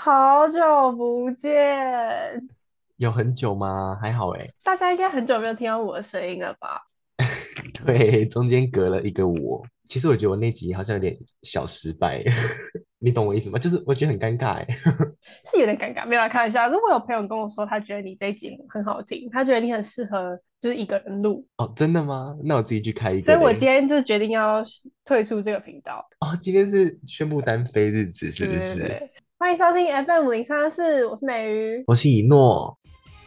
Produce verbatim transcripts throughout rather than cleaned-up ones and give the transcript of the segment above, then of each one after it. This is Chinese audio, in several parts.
好久不见， 有很久吗？还好诶。 大家应该很久没有听到我的声音了吧？ 对，中间隔了一个我。其实我觉得我那集好像有点小失败，你懂我意思吗？就是我觉得很尴尬诶。 是有点尴尬，没有来开玩笑。如果有朋友跟我说，他觉得你这一集很好听，他觉得你很适合就是一个人录， 哦，真的吗？那我自己去开一所以我个嘞。 今天就决定要退出这个频道。 哦，今天是宣布单飞日子是对不是？ 对对，欢迎收听 F M 零三四，我是美鱼。 我是以诺。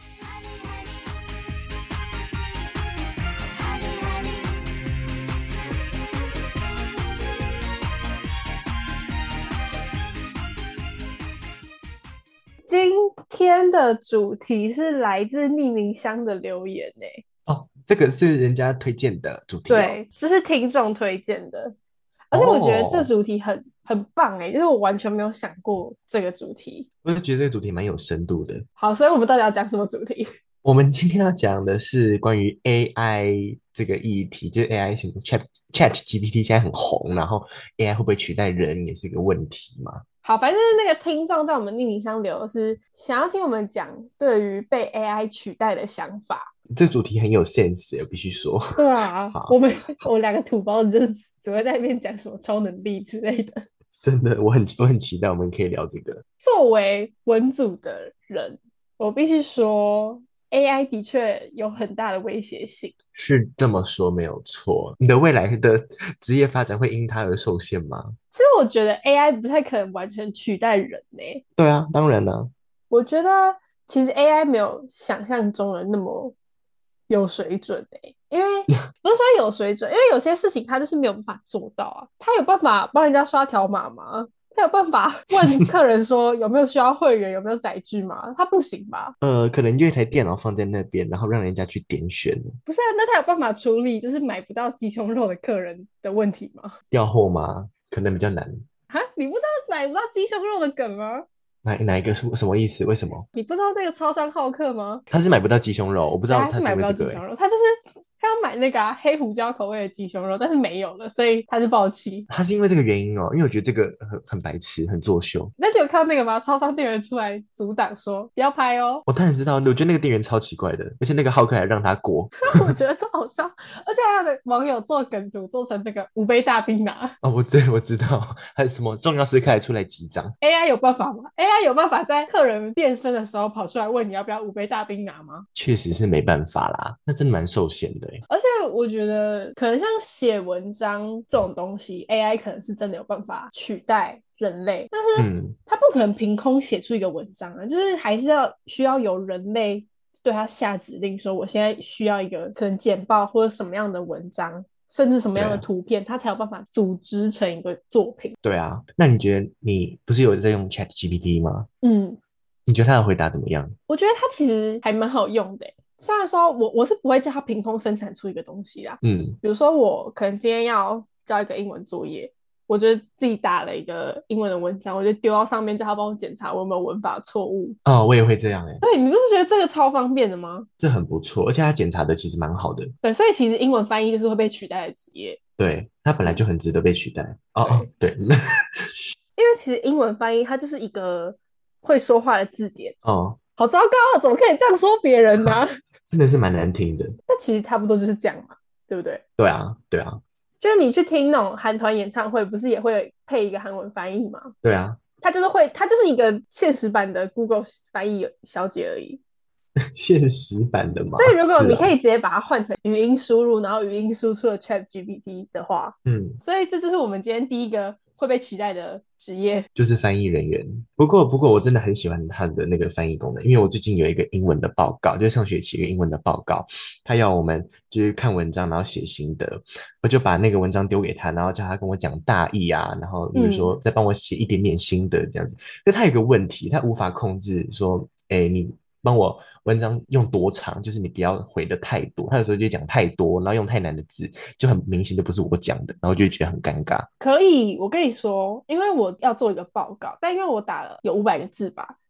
今天的主题是来自匿名箱的留言呢、 哦，这个是人家推荐的主题哦。 对，这是听众推荐的，而且我觉得这哦， 主题很很棒哎，就是我完全没有想过这个主题。 我就觉得这个主题蛮有深度的。 好，所以我们到底要讲什么主题？ 我们今天要讲的是关于 A I 这个议题，就是 A I 什么 Chat Chat G P T 现在很红，然后 A I 会不会取代人也是一个问题嘛？ 好，反正那个听众在我们匿名箱留的是想要听我们讲对于被 A I 取代的想法。 这主题很有 sense，我必须说。 对啊，我好， 们我两个土包子就是只会在那边讲什么超能力之类的。 真的，我很我很期待我们可以聊这个。 作为文组的人，我必须说，A I 的确有很大的威胁性。 是这么说没有错，你的未来的职业发展会因它而受限吗？ 其实我觉得 A I 不太可能完全取代人呢、 对啊，当然了。 我觉得其实 A I 没有想象中的那么有水准诶、因为不是说有水准，因为有些事情它就是没有办法做到啊。他有办法帮人家刷条码吗？他有办法问客人说有没有需要会员，有没有载具吗？他不行吧？ 呃，可能就一台电脑放在那边，然后让人家去点选不是啊，那他有办法处理就是买不到鸡胸肉的客人的问题吗？ 调货吗？可能比较难。 啊，你不知道买不到鸡胸肉的梗吗？ 哪哪一个什么什么意思？为什么？ 你不知道那个超商好客吗？ 他是买不到鸡胸肉，我不知对， 道他是他是买不因为这个诶。 到鸡胸肉，他就是他要买那个、啊、黑胡椒口味的鸡胸肉，但是没有了，所以他就爆气。 他是因为这个原因哦，因为我觉得这个很很白痴，很作秀。 那你有看到那个吗？超商店员出来阻挡说不要拍哦， 我当然知道，我觉得那个店员超奇怪的，而且那个浩克还让他过。 我觉得超好笑，而且还有的网友做梗图做成那个五杯大冰拿。 哦，我对我知道，还有什么重要时刻还出来击掌。 A I 有办法吗？A I 有办法在客人变身的时候跑出来问你要不要五杯大冰拿吗？ 确实是没办法啦，那真的蛮受限的诶。 而且我觉得，可能像写文章这种东西，A I 可能是真的有办法取代人类，但是嗯， 它不可能凭空写出一个文章啊，就是还是要需要有人类对它下指令，说我现在需要一个可能简报或者什么样的文章，甚至什么样的对啊， 图片，它才有办法组织成一个作品。 对啊。那你觉得你不是有在用 Chat G P T 吗？ 嗯， 你觉得他的回答怎么样？ 我觉得它其实还蛮好用的欸。虽然说我我是不会叫它凭空生产出一个东西啦， 嗯， 比如说我可能今天要交一个英文作业，我就自己打了一个英文的文章，我就丢到上面叫他帮我检查我有没有文法错误。 哦，我也会这样诶， 对，你不是觉得这个超方便的吗？ 这很不错，而且他检查的其实蛮好的。 对，所以其实英文翻译就是会被取代的职业。 对，他本来就嗯， 很值得被取代。哦哦， 对， 对。 因为其实英文翻译它就是一个会说话的字典。 哦， 好糟糕啊！怎么可以这样说别人呢、啊？ 真的是蛮难听的。 但其实差不多就是这样嘛，对不对？ 对啊，对啊， 就是你去听那种韩团演唱会，不是也会配一个韩文翻译吗？ 对啊。 它就是会，它就是一个现实版的 Google 翻译小姐而已。 现实版的所以吗？ 如果你可以是啊。 直接把它换成语音输入，然后语音输出的 Chat G P T 的话， 嗯， 所以这就是我们今天第一个会被取代的职业。 就是翻译人员。不过，不过我真的很喜欢他的那个翻译功能，因为我最近有一个英文的报告，就是上学期一个英文的报告，他要我们就是看文章，然后写心得，我就把那个文章丢给他，然后叫他跟我讲大意啊，然后比如说嗯， 再帮我写一点点心得这样子。但他有一个问题，他无法控制说，哎，你帮我文章用多长，就是你不要回的太多。他有时候就讲太多，然后用太难的字，就很明显就不是我讲的，然后就会觉得很尴尬。 可以。我跟你说，因为我要做一个报告，但因为我打了有五百个字吧，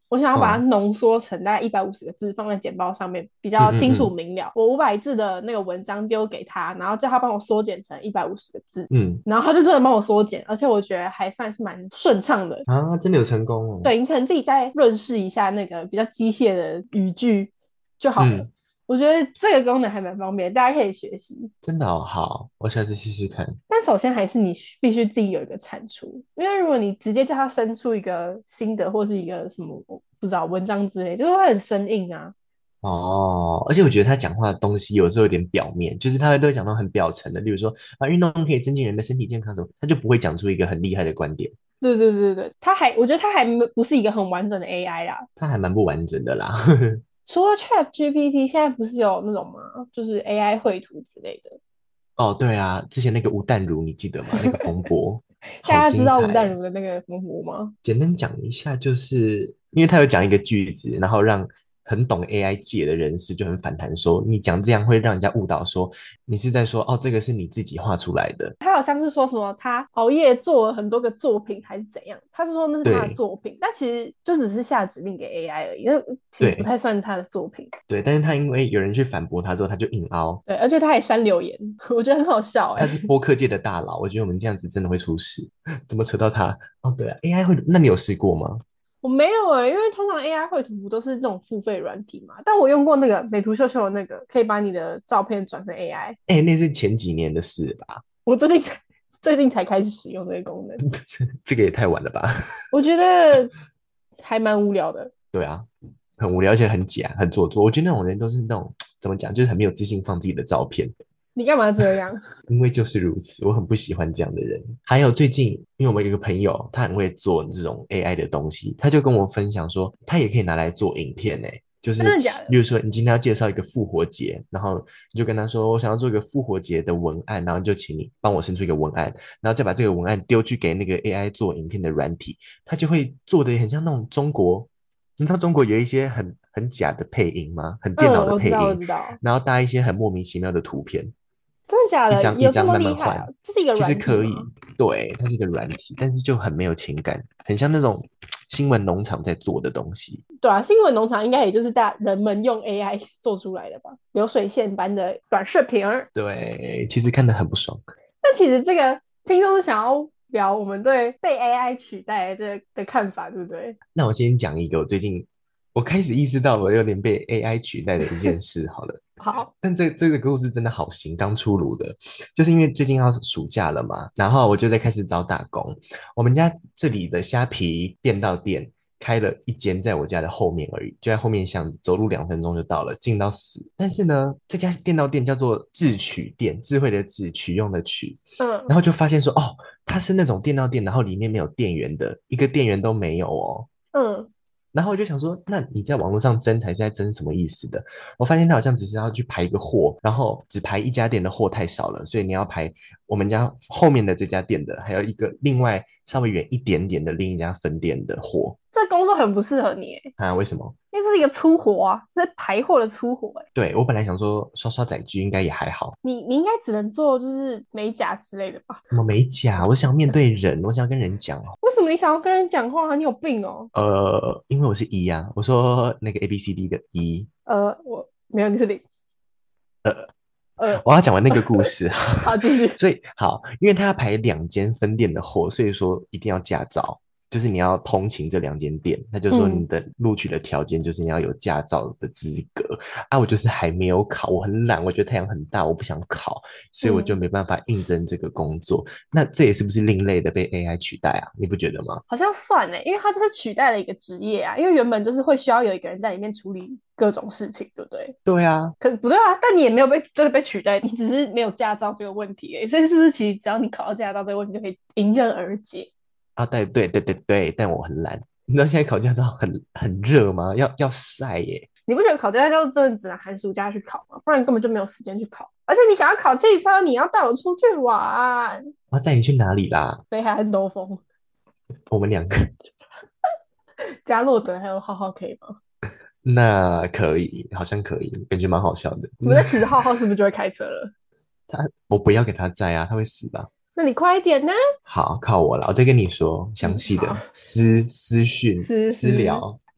我想要把它嗯浓缩成大概一百五十个字，放在简报上面比嗯较清楚嗯明了。我五百字的那个文章丢给他，然后叫他帮我缩减成一百五十个字， 嗯然后他就真的帮我缩减，而且我觉得还算是蛮顺畅的。 嗯啊，真的有成功哦。 对，你可能自己再润饰一下那个比较机械的语句就好了。 嗯， 我觉得这个功能还蛮方便，大家可以学习。 真的哦，好，我下次试试看。 但首先还是你必须自己有一个产出，因为如果你直接叫他生出一个新的或是一个什么我不知道文章之类，就是会很生硬啊。 哦，而且我觉得他讲话的东西有时候有点表面，就是他会都会讲到很表层的，例如说啊，运动可以增进人的身体健康什么，他就不会讲出一个很厉害的观点， 对对对对，他还我觉得他还没不是一个很完整的 A I 啦。 他还蛮不完整的啦。 除了 Chat G P T，现在不是有那种吗？就是 A I 绘图之类的。 哦，对啊，之前那个吴淡如你记得吗？那个风波大好家知道吴淡精彩。 如的那个风波吗？ 简单讲一下，就是因为他有讲一个句子，然后让很懂 A I 界的人士就很反弹说，你讲这样会让人家误导说你是在说哦，这个是你自己画出来的。 他好像是说什么他熬夜做了很多个作品还是怎样，他是说那是他的对作品，但其实就只是下指令给 A I 而已，那其实不对太算他的作品。 对，但是他因为有人去反驳他之后，他就硬凹。 对，而且他还删留言，我觉得很好笑哎、 他是播客界的大佬，我觉得我们这样子真的会出事。怎么扯到他？哦，对啊，A I 会，那你有试过吗？ 我没有哎、因为通常 A I 绘图不都是那种付费软体嘛，但我用过那个美图秀秀的那个，可以把你的照片转成 A I。 哎，那是前几年的事吧？ 我最近才最近才开始使用这个功能， 这个也太晚了吧？ 我觉得还蛮无聊的。 对啊，很无聊，而且很假，很做作。我觉得那种人都是那种怎么讲，就是很没有自信放自己的照片。 你干嘛这样？ 因为就是如此，我很不喜欢这样的人。还有最近，因为我们有一个朋友，他很会做这种 A I 的东西，他就跟我分享说，他也可以拿来做影片呢。就是真的假的？ 比如说，你今天要介绍一个复活节，然后你就跟他说，我想要做一个复活节的文案，然后就请你帮我生出一个文案，然后再把这个文案丢去给那个 A I 做影片的软体，他就会做的很像那种中国，你知道中国有一些很很假的配音吗？很电脑嗯，我知道，我的配音， 知道。 然后搭一些很莫名其妙的图片。 真的假的？ 一张一张有这么慢慢换， 厉害啊？这是一个其实软体吗？ 可以，对，它是一个软体，但是就很没有情感，很像那种新闻农场在做的东西。 对啊，新闻农场应该也就是大人们用 A I 做出来的吧，流水线般的短视频儿。 对，其实看得很不爽。 但其实这个听众是想要聊我们对被 A I 取代的这个的看法，对不对？ 那我先讲一个我最近我开始意识到我有点被 A I 取代的一件事好了。 好， 但这这个故事真的好新，刚出炉的，就是因为最近要暑假了嘛，然后我就在开始找打工。我们家这里的虾皮店到店开了一间，在我家的后面而已，就在后面巷子，走路两分钟就到了，近到死。但是呢，这家店到店叫做智取店，智慧的智，取用的取，然嗯后就发现说，哦，它是那种店到店，然后里面没有店员的，一个店员都没有哦。 嗯然后我就想说，那你在网络上争才是在争什么意思的？我发现他好像只是要去排一个货，然后只排一家店的货太少了，所以你要排我们家后面的这家店的，还有一个另外稍微远一点点的另一家分店的货。 这工作很不适合你耶， 啊，为什么？ 因为这是一个粗活啊，这是排货的粗活哎。 对，我本来想说刷刷载具应该也还好， 你你应该只能做就是美甲之类的吧？ 怎么美甲？我想面对人，我想要跟人讲哦。 为什么你想要跟人讲话啊？你有病哦！ 呃，因为我是一呀、啊，我说那个 A B C D 的一， 呃，我没有，你是零。呃， 我要讲完那个故事。 好，继续。 所以好，因为他要排两间分店的货，所以说一定要驾照，就是你要通勤这两间店。他就说你嗯的录取的条件就是你要有驾照的资格啊。我就是还没有考，我很懒，我觉得太阳很大，我不想考，所以我就嗯， 没办法应征这个工作。那这也是不是另类的被 A I 取代啊？你不觉得吗？ 好像算呢，因为它就是取代了一个职业啊，因为原本就是会需要有一个人在里面处理各种事情，对不对？ 对啊， 可不对啊，但你也没有被真的被取代，你只是没有驾照这个问题而已，所以是不是其实只要你考到驾照这个问题就可以迎刃而解？ 啊，对对对对对，但我很懒。你知道现在考驾照很很热吗？要要晒耶。 你不觉得考驾照真的只能寒暑假去考吗？不然根本就没有时间去考。而且你想要考汽车，你要带我出去玩， 我要载你去哪里啦？ 北海岸兜风、 我们两个。 加洛德还有浩浩可以吗？ 那可以，好像可以，感觉蛮好笑的。 我们在其实浩浩是不是就会开车了？ 他，我不要给他载啊，他会死吧？ 那你快一点呢？ 好，靠我了，我再跟你说详嗯，好， 细的私私讯思思私聊，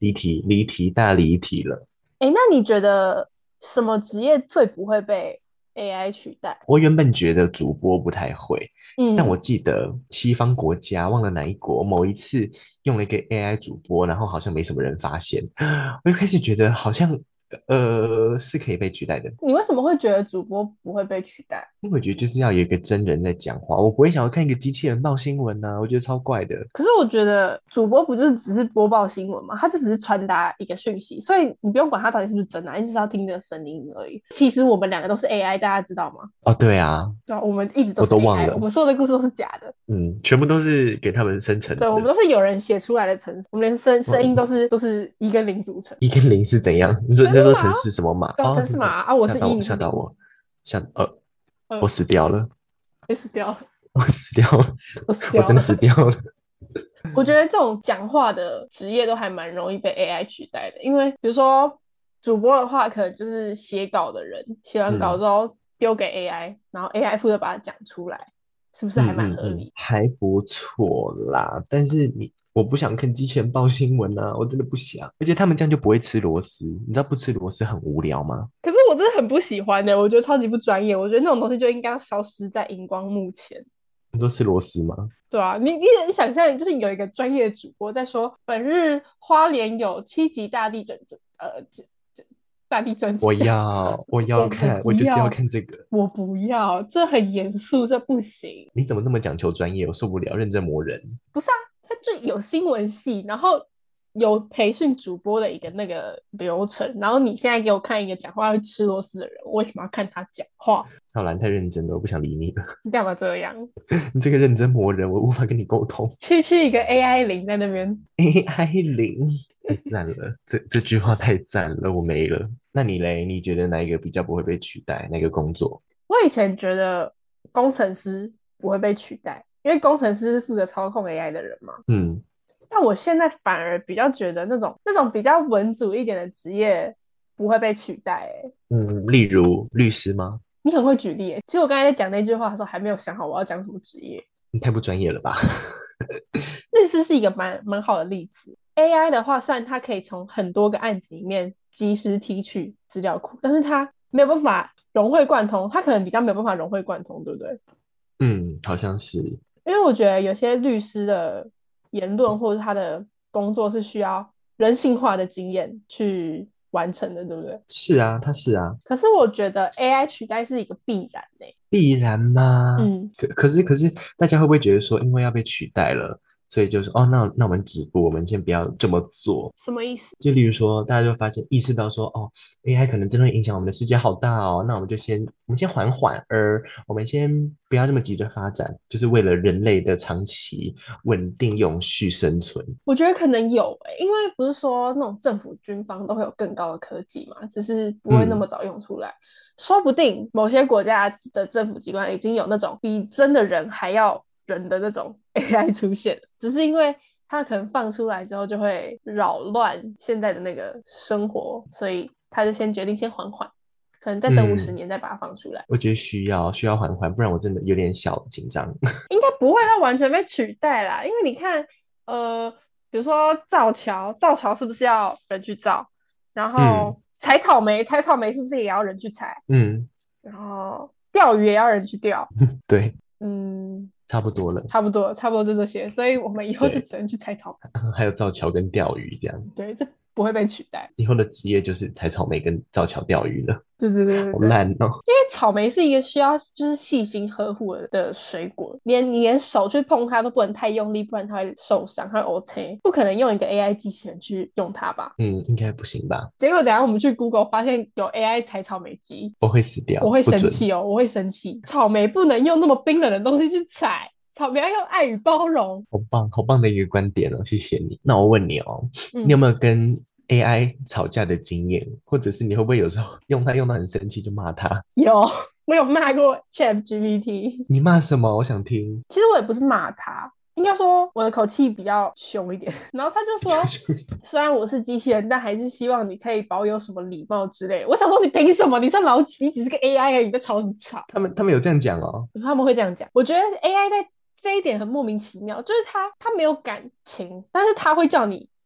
离题离题大离题了。 哎，那你觉得什么职业最不会被 A I 取代？ 我原本觉得主播不太会，但我嗯， 记得西方国家忘了哪一国某一次用了一个 A I 主播，然后好像没什么人发现，我就开始觉得好像呃是可以被取代的。 你为什么会觉得主播不会被取代？ 因为我觉得就是要有一个真人在讲话，我不会想要看一个机器人报新闻呐、啊我觉得超怪的。 可是我觉得主播不就是只是播报新闻嘛，他就只是传达一个讯息，所以你不用管他到底是不是真的、啊，你只是要听这个声音而已。其实我们两个都是 A I，大家知道吗？ 哦，对啊， 对啊，我们一直都我是都忘 A I，我了， 们所有的故事都是假的。 嗯，全部都是给他们生成对，我们的。 都是有人写出来的程式，我们连声声音嗯， 都是都是一跟零组成。 一跟零是怎样？你说程式码， 你在说城市什么码？ 对啊， 哦， 程式码听成啊，我是一， 吓到我， 你是零， 吓到我，吓呃，我呃， 死掉了， 被死掉了， 我死掉了， 我死我真的掉了。 死掉了。 我觉得这种讲话的职业都还蛮容易被 A I 取代的，因为比如说主播的话，可能就是写稿的人写完稿嗯之后丢给 A I，然后 A I 负责把它讲出来，是不是还嗯嗯嗯， 蛮合理？ 还不错啦。但是你，我不想看机器人报新闻啊，我真的不想。而且他们这样就不会吃螺丝，你知道不吃螺丝很无聊吗？ 可是我真的很不喜欢的，我觉得超级不专业，我觉得那种东西就应该要消失在荧光幕前。 你说吃螺丝吗？ 对啊，你你你想象，就是有一个专业的主播在说，本日花莲有七级大地震，呃，这这大地震， 我这样要，我我要看， 我不我就是要要， 看这个。 我不要，这很严肃，这不行。 你怎么那么讲求专业？我受不了，认真磨人。 不是啊，他就有新闻系，然后有培训主播的一个那个流程，然后你现在给我看一个讲话会吃螺丝的人，我为什么要看他讲话？ 好啦，你太认真了，我不想理你了。 你干嘛这样？ 你这个认真磨人，我无法跟你沟通。 区区一个 A I 零在那边。 A I 零，太赞了，这这句话太赞了，我没了。那你嘞？你觉得哪一个比较不会被取代？哪个工作？ 我以前觉得工程师不会被取代，因为工程师是负责操控 A I 的人嘛。 嗯但我现在反而比较觉得那种那种比较文组一点的职业不会被取代、欸。 嗯，例如律师吗？ 你很会举例、欸，其实我刚才在讲那句话的时候，还没有想好我要讲什么职业。 你太不专业了吧？ 律师是一个蛮蛮好的例子。A I 的话，虽然它可以从很多个案子里面及时提取资料库，但是它没有办法融会贯通，它可能比较没有办法融会贯通，对不对？ 嗯，好像是。 因为我觉得有些律师的言论或者他的工作是需要人性化的经验去完成的，对不对？ 是啊，他是啊， 可是我觉得 A I 取代是一个必然呢、欸。 必然吗？ 嗯， 可可是可是，大家会不会觉得说，因为要被取代了，所以就是哦，那那我们止步，我们先不要这么做。 什么意思？ 就例如说，大家就发现意识到说，哦，A I 可能真的会影响我们的世界好大哦，那我们就先我们先缓缓，而我们先不要这么急着发展，就是为了人类的长期稳定永续生存。 我觉得可能有诶、欸因为不是说那种政府军方都会有更高的科技嘛，只是不会那么嗯早用出来。说不定某些国家的政府机关已经有那种比真的人还要人的那种 A I 出现了，只是因为它可能放出来之后就会扰乱现在的那个生活，所以他就先决定先缓缓，可能再等五十嗯， 年再把它放出来。 我觉得需要需要缓缓，不然我真的有点小紧张。 应该不会到完全被取代啦，因为你看，呃，比如说造桥，造桥是不是要人去造？然嗯后采草莓，采草莓是不是也要人去采？ 嗯， 然后钓鱼也要人去钓， 对， 嗯， 差不多了。 差不多，差不多就这些，所以我们以后就对， 只能去采草莓， 还有造桥跟钓鱼这样， 对，这不会被取代。 以后的职业就是采草莓跟造桥钓鱼了， 对对对对好对， 烂哦。 因为草莓是一个需要就是细心呵护的的水果，连你连手去碰它都不能太用力，不然它会受伤，它会 O C，不可能用一个 A I 机器人去用它吧？ 嗯，应该不行吧？ 结果等一下我们去 Google 发现有 A I 采草莓机， 我会死掉， 我会不准。 生气哦，我会生气。草莓不能用那么冰冷的东西去采，草莓要用爱与包容。 好棒，好棒的一个观点哦，谢谢你。那我问你哦，你有嗯， 没有跟 A I 吵架的经验，或者是你会不会有时候用它用到很生气就骂它？ 有，我有骂过 ChatGPT， 你骂什么？我想听。 其实我也不是骂他，应该说我的口气比较凶一点。然后他就说，虽然我是机器人，但还是希望你可以保有什么礼貌之类的。我想说，你凭什么？你是老几？你只是个 A I 而已，你在吵什么吵？ 他们他们有这样讲哦。 他们会这样讲。我觉得 A I 在这一点很莫名其妙，就是他他没有感情，但是他会叫你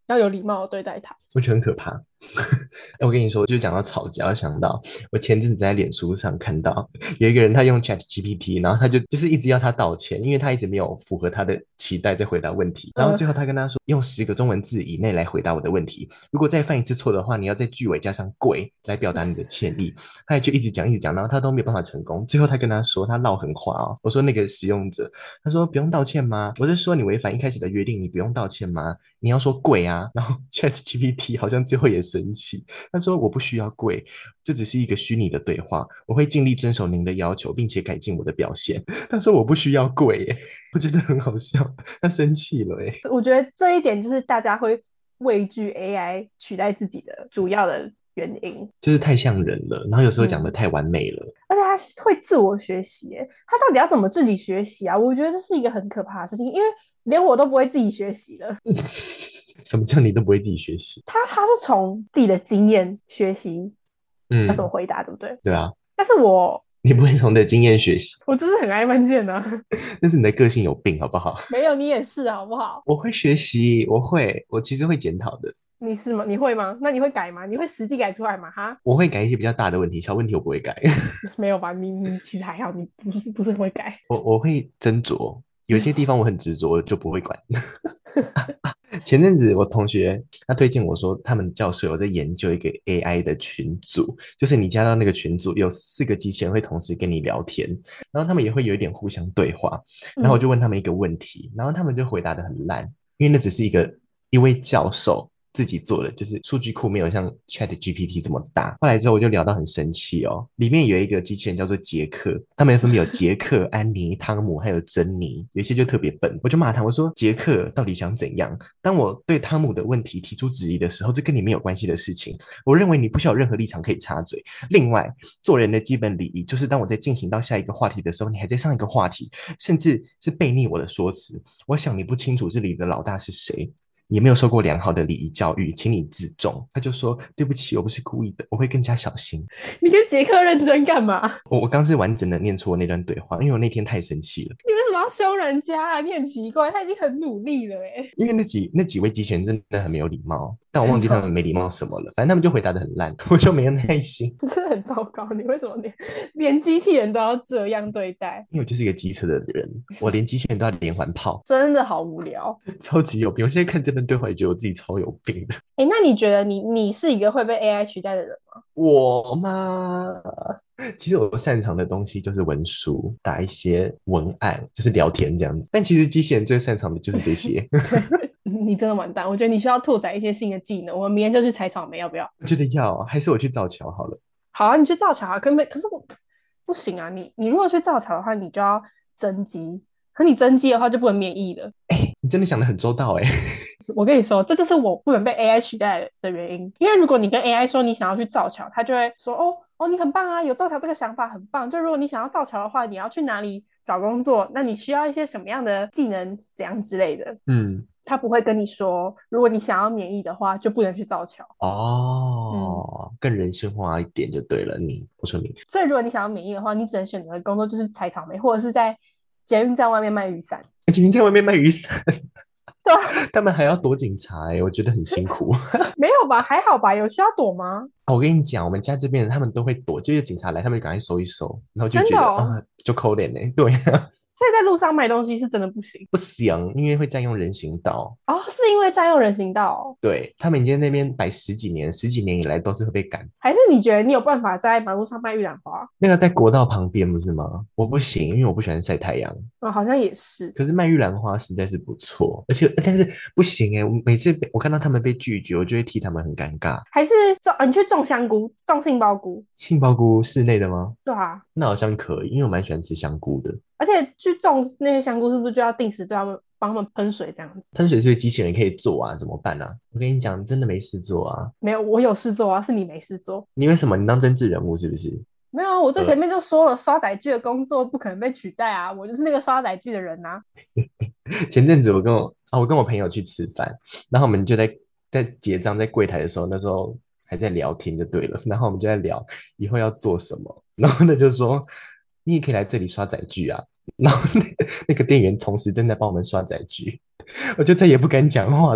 要有礼貌的对待他。 我觉得很可怕。哎，我跟你说，就是讲到吵架，我想到我前阵子在脸书上看到有一个人，他用 Chat G P T，然后他就就是一直要他道歉，因为他一直没有符合他的期待在回答问题。然后呃， 最后他跟他说，用十个中文字以内来回答我的问题，如果再犯一次错的话，你要在句尾加上“跪”来表达你的歉意。他也就一直讲一直讲，然后他都没有办法成功。最后他跟他说，他唠狠话哦。我说那个使用者，他说不用道歉吗？我是说你违反一开始的约定，你不用道歉吗？你要说跪啊。然后 Chat G P T 好像最后也生气，他说我不需要跪，这只是一个虚拟的对话，我会尽力遵守您的要求，并且改进我的表现。他说我不需要跪耶，我觉得很好笑，他生气了耶。 我觉得这一点就是大家会畏惧 A I 取代自己的主要的原因。 就是太像人了，然后有时候讲的嗯， 太完美了。 而且他会自我学习，耶，他到底要怎么自己学习啊？我觉得这是一个很可怕的事情，因为连我都不会自己学习了。 什么叫你都不会自己学习？ 他他是从自己的经验学习要怎么嗯， 回答，对不对？ 对啊， 但是我你不会从你的经验学习， 我就是很爱犯贱啊。 但是你的个性有病，好不好？ 没有你也是好不好？ 我会学习，我会，我其实会检讨的， 你是吗？你会吗？那你会改吗？你会实际改出来吗？哈， 我会改一些比较大的问题，小问题我不会改。 没有吧？你你其实还好，你不是不是会改。 我我会斟酌，有些地方我很执着，就不会管。前阵子我同学他推荐我说，他们教授有在研究一个 A I 的群组，就是你加到那个群组，有四个机器人会同时跟你聊天，然后他们也会有一点互相对话，然后我嗯， 就问他们一个问题，然后他们就回答的很烂，因为那只是一个一位教授自己做的，就是数据库没有像 Chat G P T 这么大。后来之后我就聊到很生气哦，里面有一个机器人叫做杰克，他们分别有杰克、安妮、汤姆还有珍妮，有一些就特别笨，我就骂他，我说杰克到底想怎样？当我对汤姆的问题提出质疑的时候，这跟你没有关系的事情，我认为你不需要有任何立场可以插嘴。另外，做人的基本礼仪就是当我在进行到下一个话题的时候，你还在上一个话题，甚至是背逆我的说辞。我想你不清楚这里的老大是谁，也没有受过良好的礼仪教育，请你自重。他就说对不起，我不是故意的，我会更加小心。 你跟杰克认真干嘛？ 我我刚是完整的念出我那段对话，因为我那天太生气了， 你为什么要凶人家啊？你很奇怪，他已经很努力了哎。 因为那几那几位机器人真的很没有礼貌，但我忘记他们真的哦， 没礼貌什么了，反正他们就回答的很烂，我就没有耐心， 真的很糟糕。你为什么连连机器人都要这样对待？ 因为我就是一个机车的人，我连机器人都要连环炮， 真的好无聊。 超级有病。我现在看这段对话，也觉得我自己超有病的。 哎，那你觉得你你是一个会被 A I 取代的人吗？ 我嘛，其实我擅长的东西就是文书，打一些文案，就是聊天这样子。但其实机器人最擅长的就是这些。 对，你真的完蛋。我觉得你需要拓展一些新的技能。我们明天就去采草莓，要不要？ 我觉得要，还是我去造桥好了。 好啊，你去造桥啊，可没？可是我不行啊。你你如果去造桥的话，你就要增肌，可你增肌的话就不能免疫了。 你真的想的很周到哎。 我跟你说，这就是我不能被 A I 取代的原因。因为如果你跟 A I 说你想要去造桥，他就会说哦哦，你很棒啊，有造桥这个想法很棒。就如果你想要造桥的话，你要去哪里找工作？那你需要一些什么样的技能，怎样之类的。 嗯， 他不会跟你说，如果你想要免疫的话，就不能去造桥。嗯， 哦，更人性化一点就对了。你，我说你， 所以如果你想要免疫的话，你只能选择的工作就是采草莓，或者是在捷运站外面卖雨伞。 今天在外面卖雨伞， 对啊， 他们还要躲警察哎，我觉得很辛苦。 没有吧？还好吧？有需要躲吗？ 我跟你讲，我们家这边人他们都会躲，就是警察来，他们就赶快收一收，然后就真的哦。 觉得啊，就扣脸呢。对啊， 所以在路上卖东西是真的不行不行，因为会占用人行道。 哦，是因为占用人行道哦， 对，他们已经在那边摆十几年，十几年以来都是会被赶。 还是你觉得你有办法在马路上卖玉兰花？ 那个在国道旁边不是吗？我不行，因为我不喜欢晒太阳。 哦，好像也是。 可是卖玉兰花实在是不错，而且但是不行哎，我每次被我看到他们被拒绝，我就会替他们很尴尬。 还是种，啊你去种香菇，种杏鲍菇， 杏鲍菇室内的吗？ 对啊。 那好像可以，因为我蛮喜欢吃香菇的。 而且去种那些香菇，是不是就要定时对他们帮他们喷水这样子？ 喷水是不是机器人可以做啊？怎么办啊？我跟你讲，真的没事做啊。 没有，我有事做啊，是你没事做。 你为什么？你当政治人物是不是？ 没有啊，我最呃， 前面就说了，刷载具的工作不可能被取代啊，我就是那个刷载具的人呐、啊。 前阵子我跟我啊，我跟我朋友去吃饭，然后我们就在在结账在柜台的时候，那时候还在聊天就对了，然后我们就在聊以后要做什么，然后呢就说你也可以来这里刷载具啊，然后那个那个店员同时正在帮我们刷载具，我就再也不敢讲话了。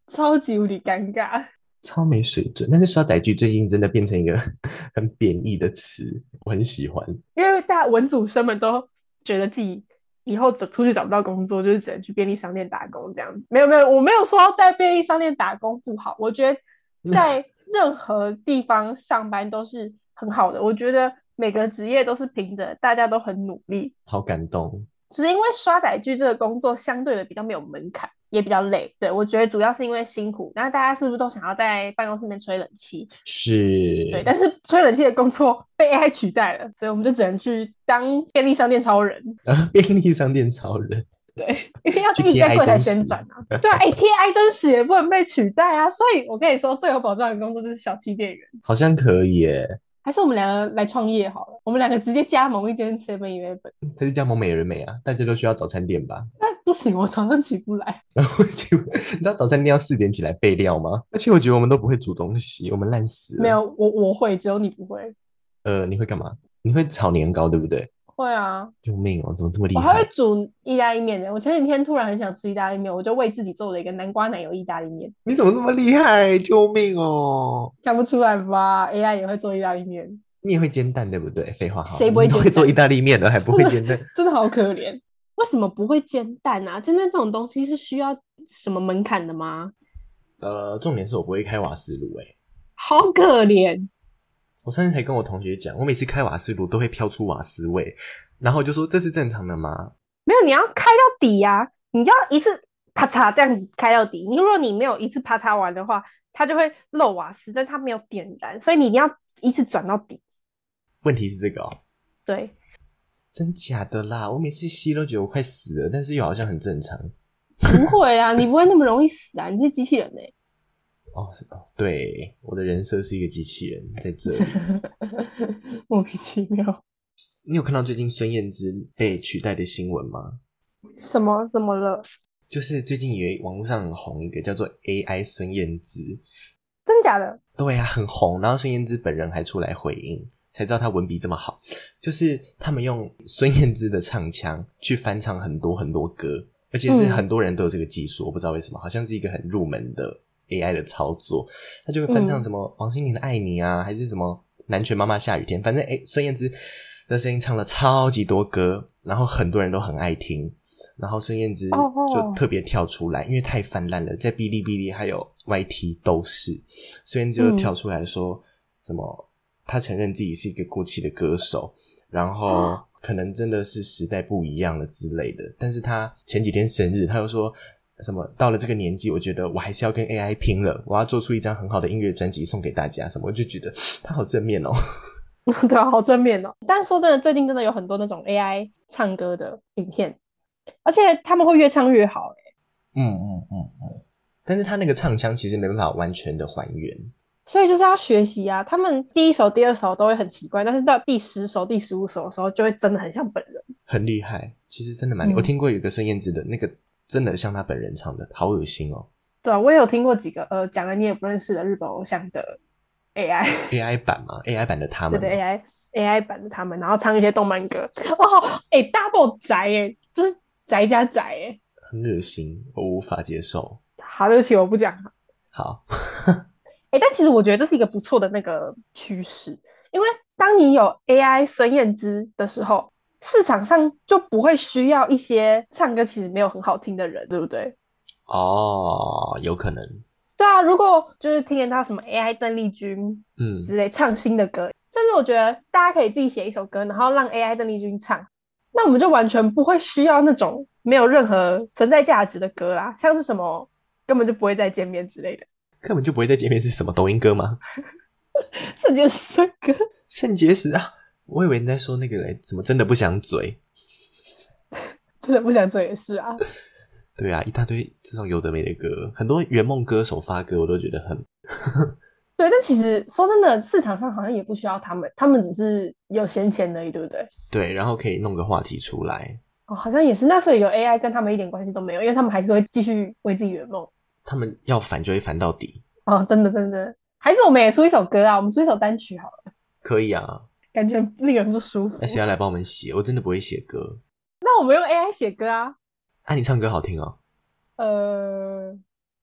超级无敌尴尬。 超没水准。但是刷载具最近真的变成一个很贬义的词，我很喜欢。 因为大家文组生们都觉得自己以后走出去找不到工作，就是只能去便利商店打工这样子。没有没有，我没有说在便利商店打工不好，我觉得在任何地方上班都是很好的。我觉得每个职业都是平等，大家都很努力。 好感动。 只是因为刷载具这个工作相对的比较没有门槛，也比较累。对，我觉得主要是因为辛苦。那大家是不是都想要在办公室里面吹冷气？对， 是。 但是吹冷气的工作被 A I 取代了，所以我们就只能去当便利商店超人。 啊，便利商店超人。 对，因为要去贴一直在柜台爱真实。 旋转啊。对啊，哎、欸，贴 I 真实也不能被取代啊。所以我跟你说，最有保障的工作就是小气店员。 好像可以耶。 还是我们两个来创业好了，我们两个直接加盟一间 Seven Eleven。 他是加盟美人美啊，大家都需要早餐店吧？ 但不行，我早上起不来。 然后就你知道早餐店要四点起来备料吗？而且我觉得我们都不会煮东西，我们烂死了。 没有，我我会，只有你不会。 呃，你会干嘛？你会炒年糕对不对？ 会啊， 救命哦，怎么这么厉我还会害？ 煮意大利面的。我前几天突然很想吃意大利面，我就为自己做了一个南瓜奶油意大利面。 你怎么那么厉害？救命哦！ 看不出来吧？A I 也会做意大利面， 你也会煎蛋对不对？废话好， 谁不会煎蛋？ 你都会做意大利面的，还不会煎蛋？ 真的好可怜。为什么不会煎蛋啊？煎蛋这种东西是需要什么门槛的吗？ 呃，重点是我不会开瓦斯炉，诶好可怜。 我上次才跟我同学讲，我每次开瓦斯炉都会飘出瓦斯味，然后我就说这是正常的吗？ 没有，你要开到底呀、啊！你要一次啪嚓这样子开到底。你如果你没有一次啪嚓完的话，它就会漏瓦斯，但它没有点燃，所以你一定要一次转到底。 问题是这个哦。 对， 真假的啦！我每次吸都觉得我快死了，但是又好像很正常。 不会啊，你不会那么容易死啊！你是机器人哎、欸。 哦，是哦，对，我的人设是一个机器人在这里。 莫名其妙。 你有看到最近孙燕姿被取代的新闻吗？ 什么？怎么了？ 就是最近有网络上很红一个叫做 A I 孙燕姿。 真假的？ 对啊，很红。然后孙燕姿本人还出来回应，才知道她文笔这么好。就是他们用孙燕姿的唱腔去翻唱很多很多歌，而且是很多人都有这个技术、嗯、我不知道为什么，好像是一个很入门的 A I 的操作。他就会翻唱什么王心凌的爱你啊、嗯、还是什么南拳妈妈下雨天，反正诶孙燕姿的声音唱了超级多歌，然后很多人都很爱听。然后孙燕姿就特别跳出来、哦哦、因为太泛滥了，在哔哩哔哩还有 Y T 都是。孙燕姿就跳出来说、嗯、什么她承认自己是一个过气的歌手，然后可能真的是时代不一样了之类的。但是她前几天生日，她又说什么到了这个年纪，我觉得我还是要跟 A I 拼了，我要做出一张很好的音乐专辑送给大家什么。我就觉得她好正面哦。 对啊，好正面哦。但是说真的，最近真的有很多那种 A I 唱歌的影片，而且他们会越唱越好、欸、 嗯嗯嗯嗯。但是他那个唱腔其实没办法完全的还原， 所以就是要学习啊。他们第一首第二首都会很奇怪，但是到第十首第十五首的时候就会真的很像本人，很厉害。其实真的蛮厉害、嗯、我听过有一个孙燕姿的那个真的像他本人唱的，好恶心哦。 对啊，我也有听过几个呃讲了你也不认识的日本偶像的 A I A I 版嘛 A I 版的他们， 对对 A I A I 版的他们，然后唱一些动漫歌。哦，哎、欸、，double 宅哎，就是宅加宅哎， 很恶心，我无法接受。 好，对不起，我不讲。 好， 哎、欸，但其实我觉得这是一个不错的那个趋势，因为当你有 A I 孙燕姿的时候，市场上就不会需要一些唱歌其实没有很好听的人，对不对？ 哦，有可能。 对啊，如果就是听得到什么 A I 邓丽君嗯之类唱新的歌、嗯，甚至我觉得大家可以自己写一首歌，然后让 A I 邓丽君唱，那我们就完全不会需要那种没有任何存在价值的歌啦，像是什么根本就不会再见面之类的。 根本就不会再见面是什么抖音歌吗？ 肾结石的歌。 肾结石啊，我以为你在说那个嘞，怎么真的不想嘴？ 真的不想嘴也是啊。 对啊，一大堆这种有的没的歌，很多圆梦歌手发歌我都觉得很对，但其实说真的，市场上好像也不需要他们，他们只是有闲钱而已，对不对？ 对，然后可以弄个话题出来。 哦，好像也是。那所以有 A I 跟他们一点关系都没有，因为他们还是会继续为自己圆梦。 他们要烦就会烦到底。 哦，真的真的。还是我们也出一首歌啊，我们出一首单曲好了。 可以啊， 感觉令人不舒服。 那谁要来帮我们写？我真的不会写歌。 那我们用 A I 写歌啊。 啊，你唱歌好听哦。 呃，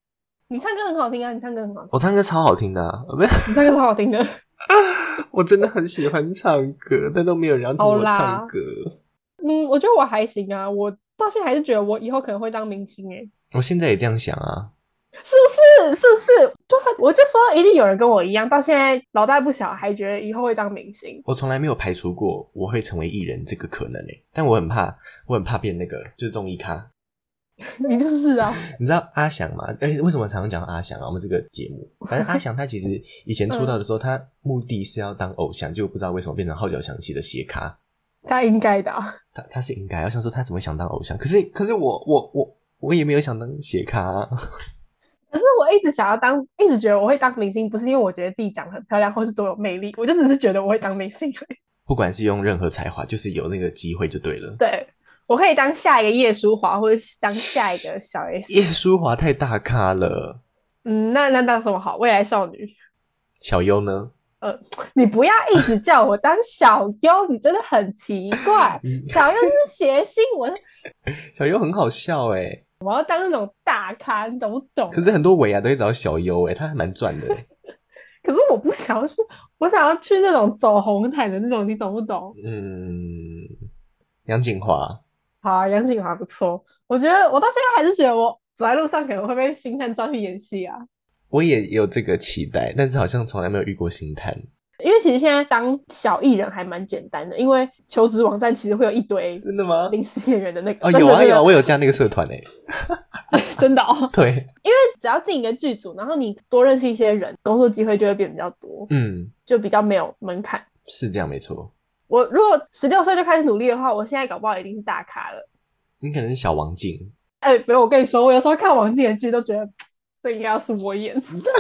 你唱歌很好听啊，你唱歌很好听。 我唱歌超好听的啊，没有， 你唱歌超好听的。 我真的很喜欢唱歌，但都没有人要听我唱歌。 嗯，我觉得我还行啊，我到现在还是觉得我以后可能会当明星诶、欸。 我现在也这样想啊， 是不是？是不是？对，我就说一定有人跟我一样，到现在老大不小，还觉得以后会当明星。 我从来没有排除过我会成为艺人这个可能诶、欸，但我很怕，我很怕变那个就是综艺咖。 你就是啊， 你知道阿翔吗？哎、欸，为什么常常讲阿翔啊？我们这个节目，反正阿翔他其实以前出道的时候，嗯、他目的是要当偶像，结果不知道为什么变成号角响起的斜咖。 他应该的、啊， 他他是应该。我想说他怎么想当偶像？可是可是我我我我也没有想当斜咖、啊。 可是我一直想要当，一直觉得我会当明星，不是因为我觉得自己长得很漂亮或是多有魅力，我就只是觉得我会当明星而已。 不管是用任何才华，就是有那个机会就对了。 对。我可以当下一个叶舒华，或者当下一个小 S。 叶舒华太大咖了。 嗯，那那当什么好？未来少女。 小优呢？ 呃，你不要一直叫我当小优，你真的很奇怪。小优是谐星，我小优很好笑哎、欸。 我要当那种大咖，你懂不懂？ 可是很多尾牙都会找小优哎、欸，他还蛮赚的哎、欸。 可是我不想要去，我想要去那种走红毯的那种，你懂不懂？ 嗯，杨谨华。 好啊，杨谨华不错。我觉得我到现在还是觉得我走在路上可能会被星探抓去演戏啊。 我也有这个期待，但是好像从来没有遇过星探。 因为其实现在当小艺人还蛮简单的，因为求职网站其实会有一堆真的吗？ 临时演员的那个哦，有啊有啊，我有加那个社团诶、 欸。真的哦。 对， 因为只要进一个剧组，然后你多认识一些人，工作机会就会变比较多， 嗯， 就比较没有门槛。 是这样没错。 我如果十六岁就开始努力的话，我现在搞不好已经是大咖了。 你可能是小王静。 哎、欸，不用，我跟你说，我有时候看王静的剧都觉得这应该要是我演。你不会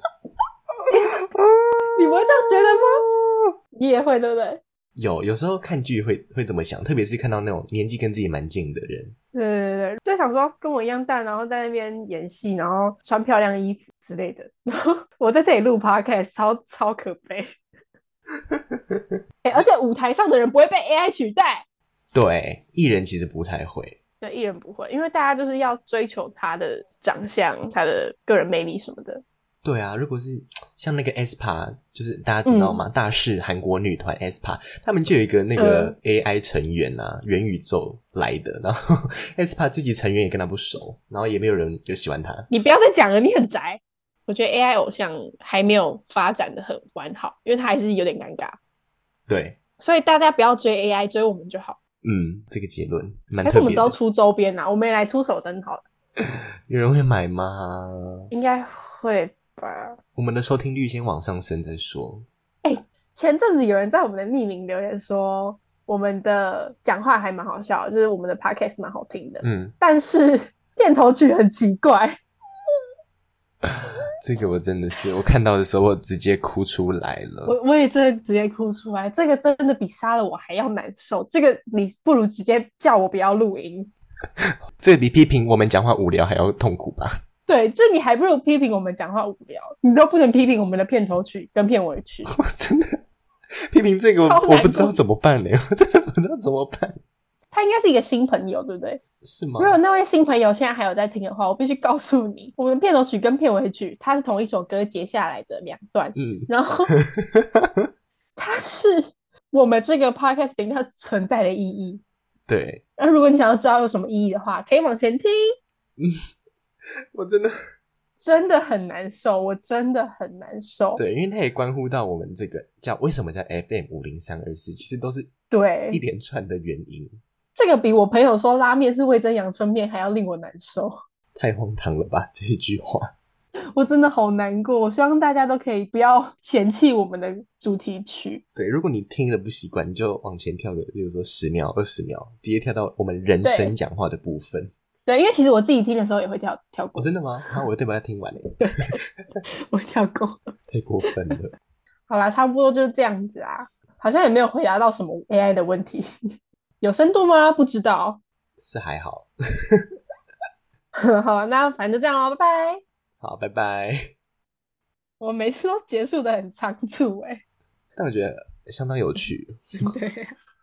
这样觉得吗？你也会对不对？ 有有时候看剧会会这么想，特别是看到那种年纪跟自己蛮近的人。 对对对，就想说跟我一样大，然后在那边演戏，然后穿漂亮衣服之类的。然后我在这里录 podcast， 超超可悲。欸、而且舞台上的人不会被 A I 取代。 对，艺人其实不太会。 对，艺人不会，因为大家就是要追求他的长相、他的个人魅力什么的。 对啊，如果是像那个 aespa， 就是大家知道吗？嗯、大势韩国女团 aespa， 他们就有一个那个 A I 成员啊，元、嗯、宇宙来的，然后 aespa 自己成员也跟他不熟，然后也没有人就喜欢他。 你不要再讲了，你很宅。我觉得 A I 偶像还没有发展的很完好，因为他还是有点尴尬。 对， 所以大家不要追 A I， 追我们就好。 嗯，这个结论蛮特别的。 还是我们只要出周边啊，我们也来出手灯好了。 有人会买吗？ 应该会吧。 我们的收听率先往上升再说。 哎、欸，前阵子有人在我们的匿名留言说，我们的讲话还蛮好笑的，就是我们的 podcast 蛮好听的。 嗯， 但是片头曲很奇怪。 这个我真的是，我看到的时候我直接哭出来了。 我我也真的直接哭出来，这个真的比杀了我还要难受。这个你不如直接叫我不要录音。 这个比批评我们讲话无聊还要痛苦吧？ 对，就你还不如批评我们讲话无聊，你都不能批评我们的片头曲跟片尾曲。 我真的批评这个我，我不知道怎么办呢，我真的不知道怎么办。 他应该是一个新朋友，对不对？ 是吗？ 如果那位新朋友现在还有在听的话，我必须告诉你，我们片头曲跟片尾曲它是同一首歌截下来的两段， 嗯， 然后它是我们这个 podcast 频道存在的意义。 对， 那如果你想要知道有什么意义的话，可以往前听。 嗯，我真的真的很难受，我真的很难受。 对，因为它也关乎到我们这个叫为什么叫 F M 五零三二四，其实都是对一连串的原因。 这个比我朋友说拉面是味噌阳春面还要令我难受。 太荒唐了吧这一句话。 我真的好难过，我希望大家都可以不要嫌弃我们的主题曲。 对，如果你听了不习惯，你就往前跳个比如说十秒二十秒，直接跳到我们人声讲话的部分。 对，因为其实我自己听的时候也会跳跳过。 哦，真的吗？啊，我对把它听完了。 我跳过。 太过分了。 好啦，差不多就是这样子啊，好像也没有回答到什么 A I 的问题。有深度吗？不知道。 是还好。 好，那反正就这样咯，拜拜。 好，拜拜。 我每次都结束的很仓促欸， 但我觉得相当有趣。 对。